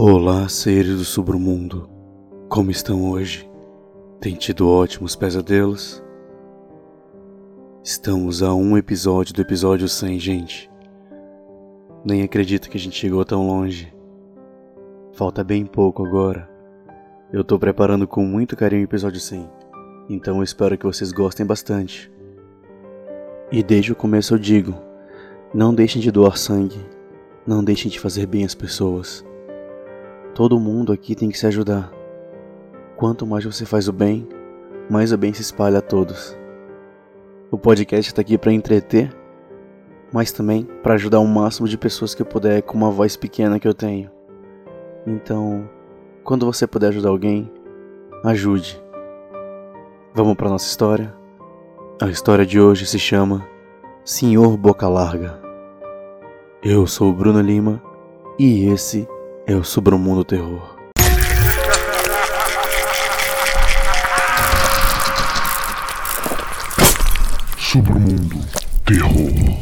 Olá, seres do submundo. Como estão hoje? Tem tido ótimos pesadelos? Estamos a um episódio do episódio 100, gente. Nem acredito que a gente chegou tão longe. Falta bem pouco agora. Eu tô preparando com muito carinho o episódio 100, então eu espero que vocês gostem bastante. E desde o começo eu digo, não deixem de doar sangue, não deixem de fazer bem às pessoas. Todo mundo aqui tem que se ajudar. Quanto mais você faz o bem, mais o bem se espalha a todos. O podcast está aqui para entreter, mas também para ajudar o máximo de pessoas que eu puder com uma voz pequena que eu tenho. Então, quando você puder ajudar alguém, ajude. Vamos para nossa história? A história de hoje se chama Senhor Boca Larga. Eu sou o Bruno Lima e esse é o Submundo Terror. Submundo Terror.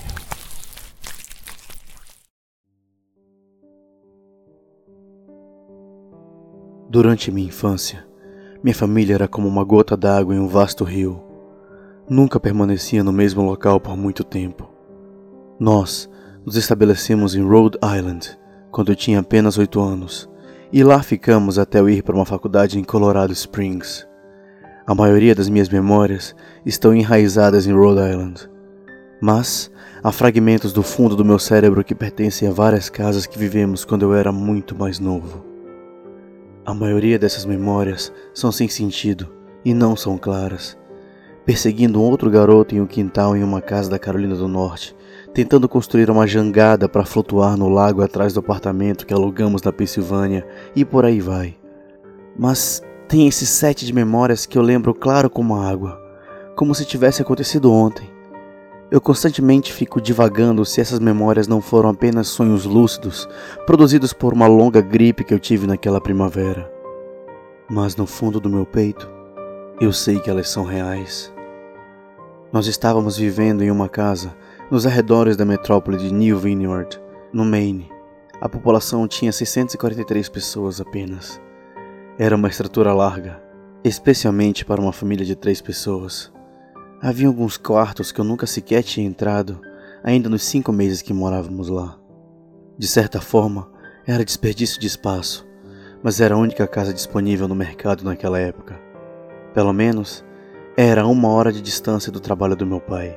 Durante minha infância, minha família era como uma gota d'água em um vasto rio. Nunca permanecia no mesmo local por muito tempo. Nós nos estabelecemos em Rhode Island quando eu tinha apenas 8 anos, e lá ficamos até eu ir para uma faculdade em Colorado Springs. A maioria das minhas memórias estão enraizadas em Rhode Island, mas há fragmentos do fundo do meu cérebro que pertencem a várias casas que vivemos quando eu era muito mais novo. A maioria dessas memórias são sem sentido e não são claras. Perseguindo um outro garoto em um quintal em uma casa da Carolina do Norte, tentando construir uma jangada para flutuar no lago atrás do apartamento que alugamos na Pensilvânia, e por aí vai. Mas tem esse set de memórias que eu lembro claro como a água, como se tivesse acontecido ontem. Eu constantemente fico divagando se essas memórias não foram apenas sonhos lúcidos, produzidos por uma longa gripe que eu tive naquela primavera. Mas no fundo do meu peito, eu sei que elas são reais. Nós estávamos vivendo em uma casa nos arredores da metrópole de New Vineyard, no Maine. A população tinha 643 pessoas apenas. Era uma estrutura larga, especialmente para uma família de 3 pessoas. Havia alguns quartos que eu nunca sequer tinha entrado, ainda nos 5 meses que morávamos lá. De certa forma, era desperdício de espaço, mas era a única casa disponível no mercado naquela época. Pelo menos, era a 1 hora de distância do trabalho do meu pai.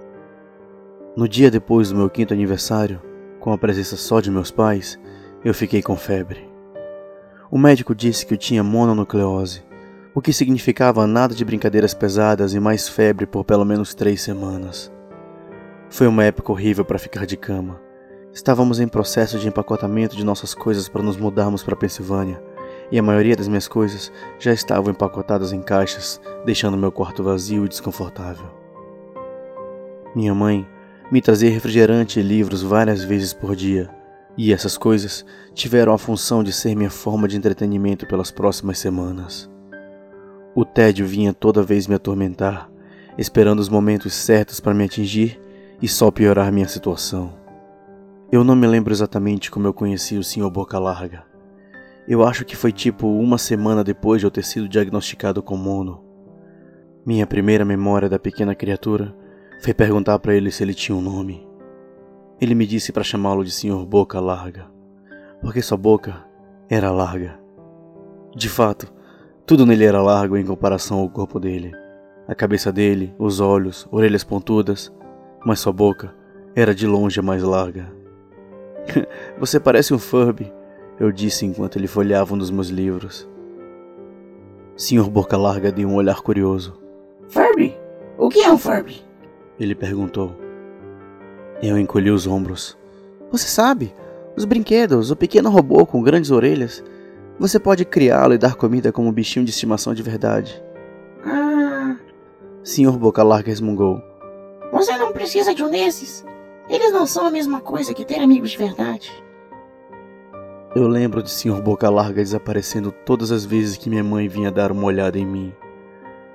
No dia depois do meu 5º aniversário, com a presença só de meus pais, eu fiquei com febre. O médico disse que eu tinha mononucleose, o que significava nada de brincadeiras pesadas e mais febre por pelo menos 3 semanas. Foi uma época horrível para ficar de cama. Estávamos em processo de empacotamento de nossas coisas para nos mudarmos para a Pensilvânia, e a maioria das minhas coisas já estavam empacotadas em caixas, deixando meu quarto vazio e desconfortável. Minha mãe me trazia refrigerante e livros várias vezes por dia, e essas coisas tiveram a função de ser minha forma de entretenimento pelas próximas semanas. O tédio vinha toda vez me atormentar, esperando os momentos certos para me atingir e só piorar minha situação. Eu não me lembro exatamente como eu conheci o Sr. Boca Larga. Eu acho que foi tipo 1 semana depois de eu ter sido diagnosticado com mono. Minha primeira memória da pequena criatura foi perguntar para ele se ele tinha um nome. Ele me disse para chamá-lo de Sr. Boca Larga, porque sua boca era larga. De fato, tudo nele era largo em comparação ao corpo dele. A cabeça dele, os olhos, orelhas pontudas, mas sua boca era de longe a mais larga. Você parece um Furby, eu disse enquanto ele folheava um dos meus livros. Sr. Boca Larga deu um olhar curioso. Furby? O que é um Furby? Ele perguntou. Eu encolhi os ombros. Você sabe, os brinquedos, o pequeno robô com grandes orelhas. Você pode criá-lo e dar comida como um bichinho de estimação de verdade. Sr. Boca Larga resmungou. Você não precisa de um desses. Eles não são a mesma coisa que ter amigos de verdade. Eu lembro de Sr. Boca Larga desaparecendo todas as vezes que minha mãe vinha dar uma olhada em mim.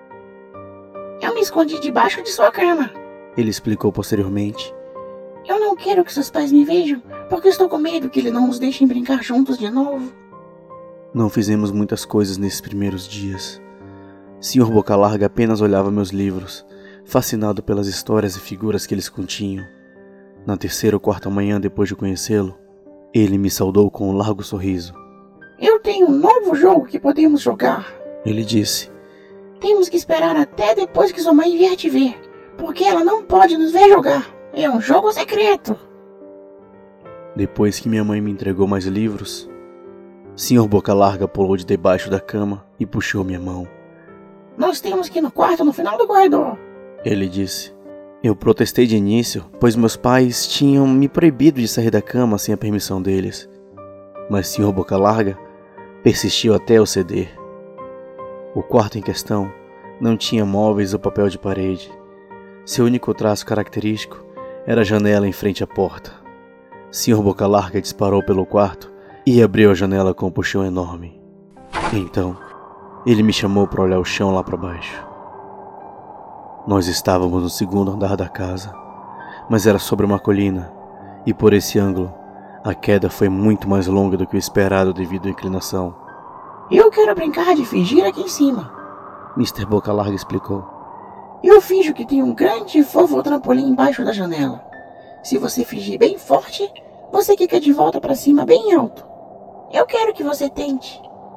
Eu me escondi debaixo de sua cama, ele explicou posteriormente. Eu não não quero que seus pais me vejam, porque estou com medo que eles não nos deixem brincar juntos de novo. Não fizemos muitas coisas nesses primeiros dias. Sr. Boca Larga apenas olhava meus livros, fascinado pelas histórias e figuras que eles continham. Na terceira ou quarta manhã depois de conhecê-lo, ele me saudou com um largo sorriso. Eu tenho um novo jogo que podemos jogar, ele disse. Temos que esperar até depois que sua mãe vier te ver, porque ela não pode nos ver jogar. É um jogo secreto. Depois que minha mãe me entregou mais livros, Sr. Boca Larga pulou de debaixo da cama e puxou minha mão. Nós temos que ir no quarto no final do corredor, ele disse. Eu protestei de início, pois meus pais tinham me proibido de sair da cama sem a permissão deles. Mas Sr. Boca Larga persistiu até eu ceder. O quarto em questão não tinha móveis ou papel de parede. Seu único traço característico era a janela em frente à porta. Sr. Boca Larga disparou pelo quarto e abriu a janela com um puxão enorme. Então, ele me chamou para olhar o chão lá para baixo. Nós estávamos no segundo andar da casa, mas era sobre uma colina, e por esse ângulo, a queda foi muito mais longa do que o esperado devido à inclinação. Eu quero brincar de fingir aqui em cima, Mr. Boca Larga explicou. Eu finjo que tem um grande e fofo trampolim embaixo da janela. Se você fingir bem forte, você quica de volta para cima bem alto. Eu quero que você tente.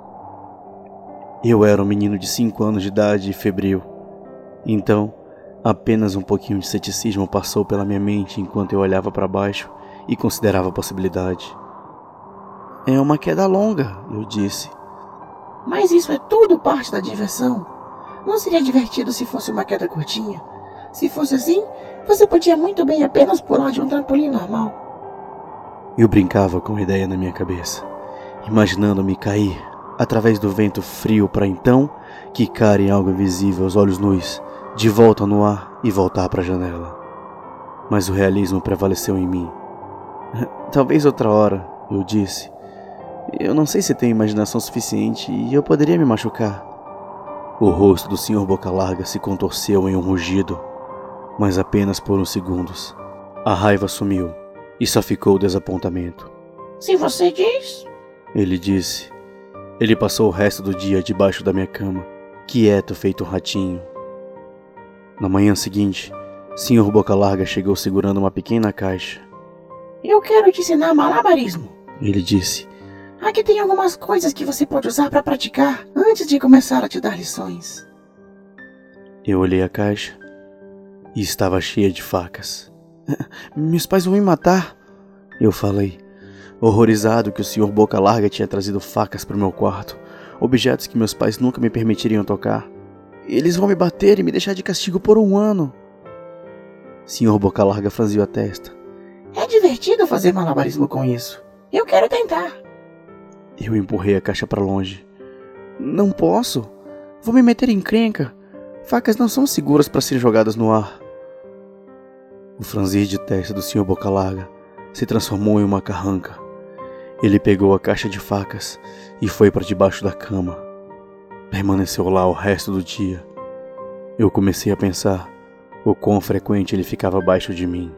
Eu era um menino de 5 anos de idade e febril. Então, apenas um pouquinho de ceticismo passou pela minha mente enquanto eu olhava para baixo e considerava a possibilidade. É uma queda longa, eu disse. Mas isso é tudo parte da diversão. Não seria divertido se fosse uma queda curtinha? Se fosse assim, você podia muito bem apenas pular de um trampolim normal. Eu brincava com a ideia na minha cabeça, imaginando-me cair através do vento frio para então quicar em algo invisível aos olhos nus, de volta no ar e voltar para a janela. Mas o realismo prevaleceu em mim. Talvez outra hora, eu disse. Eu não sei se tenho imaginação suficiente e eu poderia me machucar. O rosto do Sr. Boca Larga se contorceu em um rugido, mas apenas por uns segundos. A raiva sumiu e só ficou o desapontamento. Se você diz, ele disse. Ele passou o resto do dia debaixo da minha cama, quieto feito um ratinho. Na manhã seguinte, Sr. Boca Larga chegou segurando uma pequena caixa. Eu quero te ensinar malabarismo, ele disse. Aqui tem algumas coisas que você pode usar para praticar antes de começar a te dar lições. Eu olhei a caixa e estava cheia de facas. Meus pais vão me matar, eu falei, horrorizado que o Sr. Boca Larga tinha trazido facas para o meu quarto, objetos que meus pais nunca me permitiriam tocar. Eles vão me bater e me deixar de castigo por 1 ano. Sr. Boca Larga franziu a testa. É divertido fazer malabarismo com isso. Eu quero tentar. Eu empurrei a caixa para longe. Não posso. Vou me meter em encrenca. Facas não são seguras para serem jogadas no ar. O franzir de testa do Sr. Boca Larga se transformou em uma carranca. Ele pegou a caixa de facas e foi para debaixo da cama. Permaneceu lá o resto do dia. Eu comecei a pensar o quão frequente ele ficava abaixo de mim.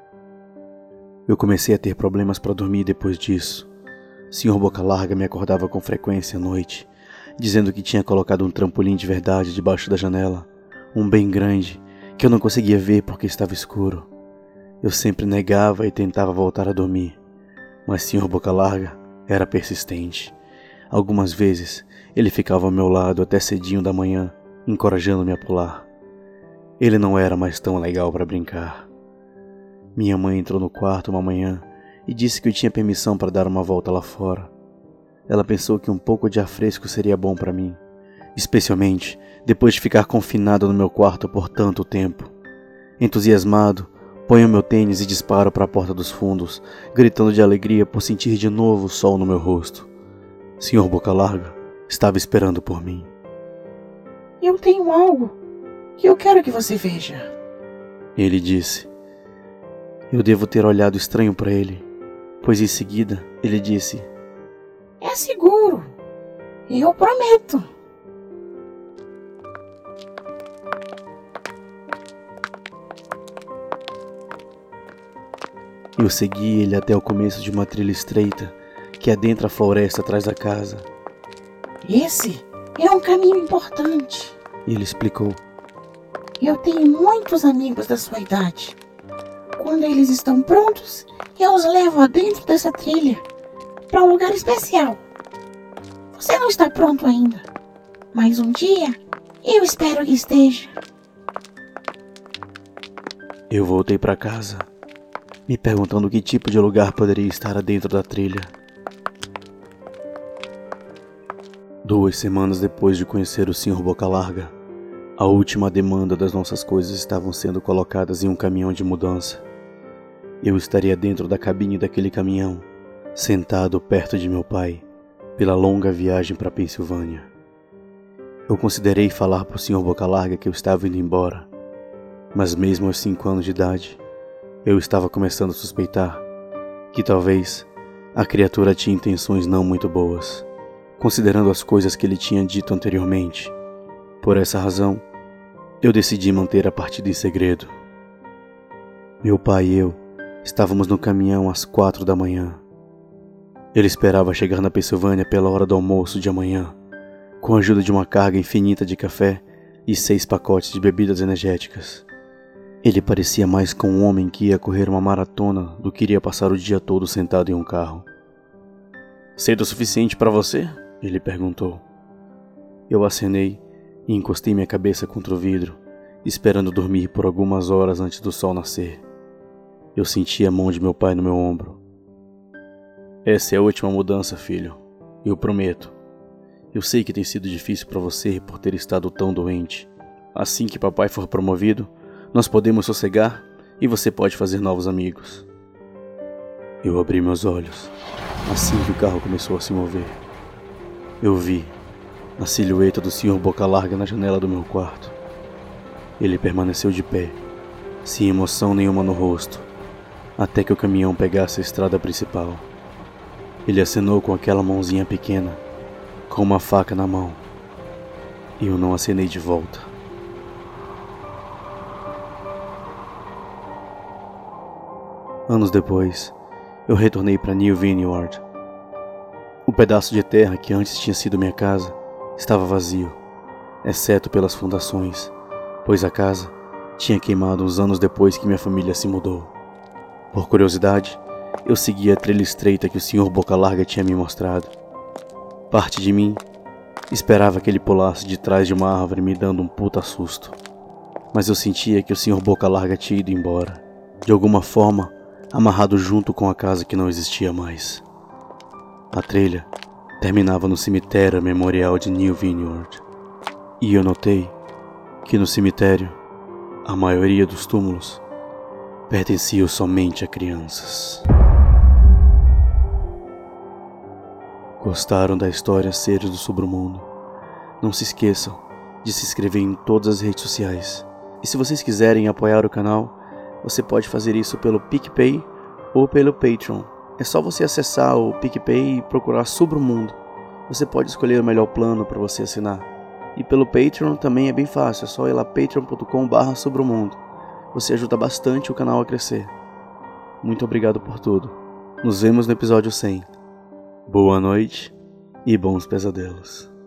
Eu comecei a ter problemas para dormir depois disso. Sr. Boca Larga me acordava com frequência à noite, dizendo que tinha colocado um trampolim de verdade debaixo da janela, um bem grande, que eu não conseguia ver porque estava escuro. Eu sempre negava e tentava voltar a dormir, mas Sr. Boca Larga era persistente. Algumas vezes, ele ficava ao meu lado até cedinho da manhã, encorajando-me a pular. Ele não era mais tão legal para brincar. Minha mãe entrou no quarto uma manhã e disse que eu tinha permissão para dar uma volta lá fora. Ela pensou que um pouco de ar fresco seria bom para mim, especialmente depois de ficar confinado no meu quarto por tanto tempo. Entusiasmado, ponho meu tênis e disparo para a porta dos fundos, gritando de alegria por sentir de novo o sol no meu rosto. Sr. Boca Larga estava esperando por mim. Eu tenho algo que eu quero que você veja, ele disse. Eu devo ter olhado estranho para ele, pois em seguida ele disse: é seguro, eu prometo. Eu segui ele até o começo de uma trilha estreita que adentra a floresta atrás da casa. Esse é um caminho importante. Ele explicou. Eu tenho muitos amigos da sua idade. Quando eles estão prontos, eu os levo adentro dessa trilha para um lugar especial. Você não está pronto ainda, mas um dia eu espero que esteja. Eu voltei para casa, me perguntando que tipo de lugar poderia estar dentro da trilha. 2 semanas depois de conhecer o Sr. Boca Larga, a última demanda das nossas coisas estavam sendo colocadas em um caminhão de mudança. Eu estaria dentro da cabine daquele caminhão, sentado perto de meu pai, pela longa viagem para Pensilvânia. Eu considerei falar para o Sr. Boca Larga que eu estava indo embora, mas mesmo aos 5 anos de idade, eu estava começando a suspeitar que talvez a criatura tinha intenções não muito boas, considerando as coisas que ele tinha dito anteriormente. Por essa razão, eu decidi manter a partida em segredo. Meu pai e eu estávamos no caminhão às 4 da manhã. Ele esperava chegar na Pensilvânia pela hora do almoço de amanhã, com a ajuda de uma carga infinita de café e 6 pacotes de bebidas energéticas. Ele parecia mais com um homem que ia correr uma maratona do que iria passar o dia todo sentado em um carro. "Cedo o suficiente para você?" ele perguntou. Eu acenei e encostei minha cabeça contra o vidro, esperando dormir por algumas horas antes do sol nascer. Eu senti a mão de meu pai no meu ombro. "Essa é a última mudança, filho. Eu prometo. Eu sei que tem sido difícil para você por ter estado tão doente. Assim que papai for promovido, nós podemos sossegar e você pode fazer novos amigos." Eu abri meus olhos, assim que o carro começou a se mover. Eu vi a silhueta do Sr. Boca Larga na janela do meu quarto. Ele permaneceu de pé, sem emoção nenhuma no rosto, até que o caminhão pegasse a estrada principal. Ele acenou com aquela mãozinha pequena, com uma faca na mão. E eu não acenei de volta. Anos depois, eu retornei para New Vineyard. O pedaço de terra que antes tinha sido minha casa estava vazio, exceto pelas fundações, pois a casa tinha queimado uns anos depois que minha família se mudou. Por curiosidade, eu segui a trilha estreita que o Sr. Boca Larga tinha me mostrado. Parte de mim esperava que ele pulasse de trás de uma árvore me dando um puta susto, mas eu sentia que o Sr. Boca Larga tinha ido embora, de alguma forma amarrado junto com a casa que não existia mais. A trilha terminava no cemitério memorial de New Vineyard, e eu notei que no cemitério a maioria dos túmulos pertenciam somente a crianças. Gostaram da história Seres do Submundo? Não se esqueçam de se inscrever em todas as redes sociais. E se vocês quiserem apoiar o canal, você pode fazer isso pelo PicPay ou pelo Patreon. É só você acessar o PicPay e procurar Submundo. Você pode escolher o melhor plano para você assinar. E pelo Patreon também é bem fácil, é só ir lá patreon.com/Submundo. Você ajuda bastante o canal a crescer. Muito obrigado por tudo. Nos vemos no episódio 100. Boa noite e bons pesadelos.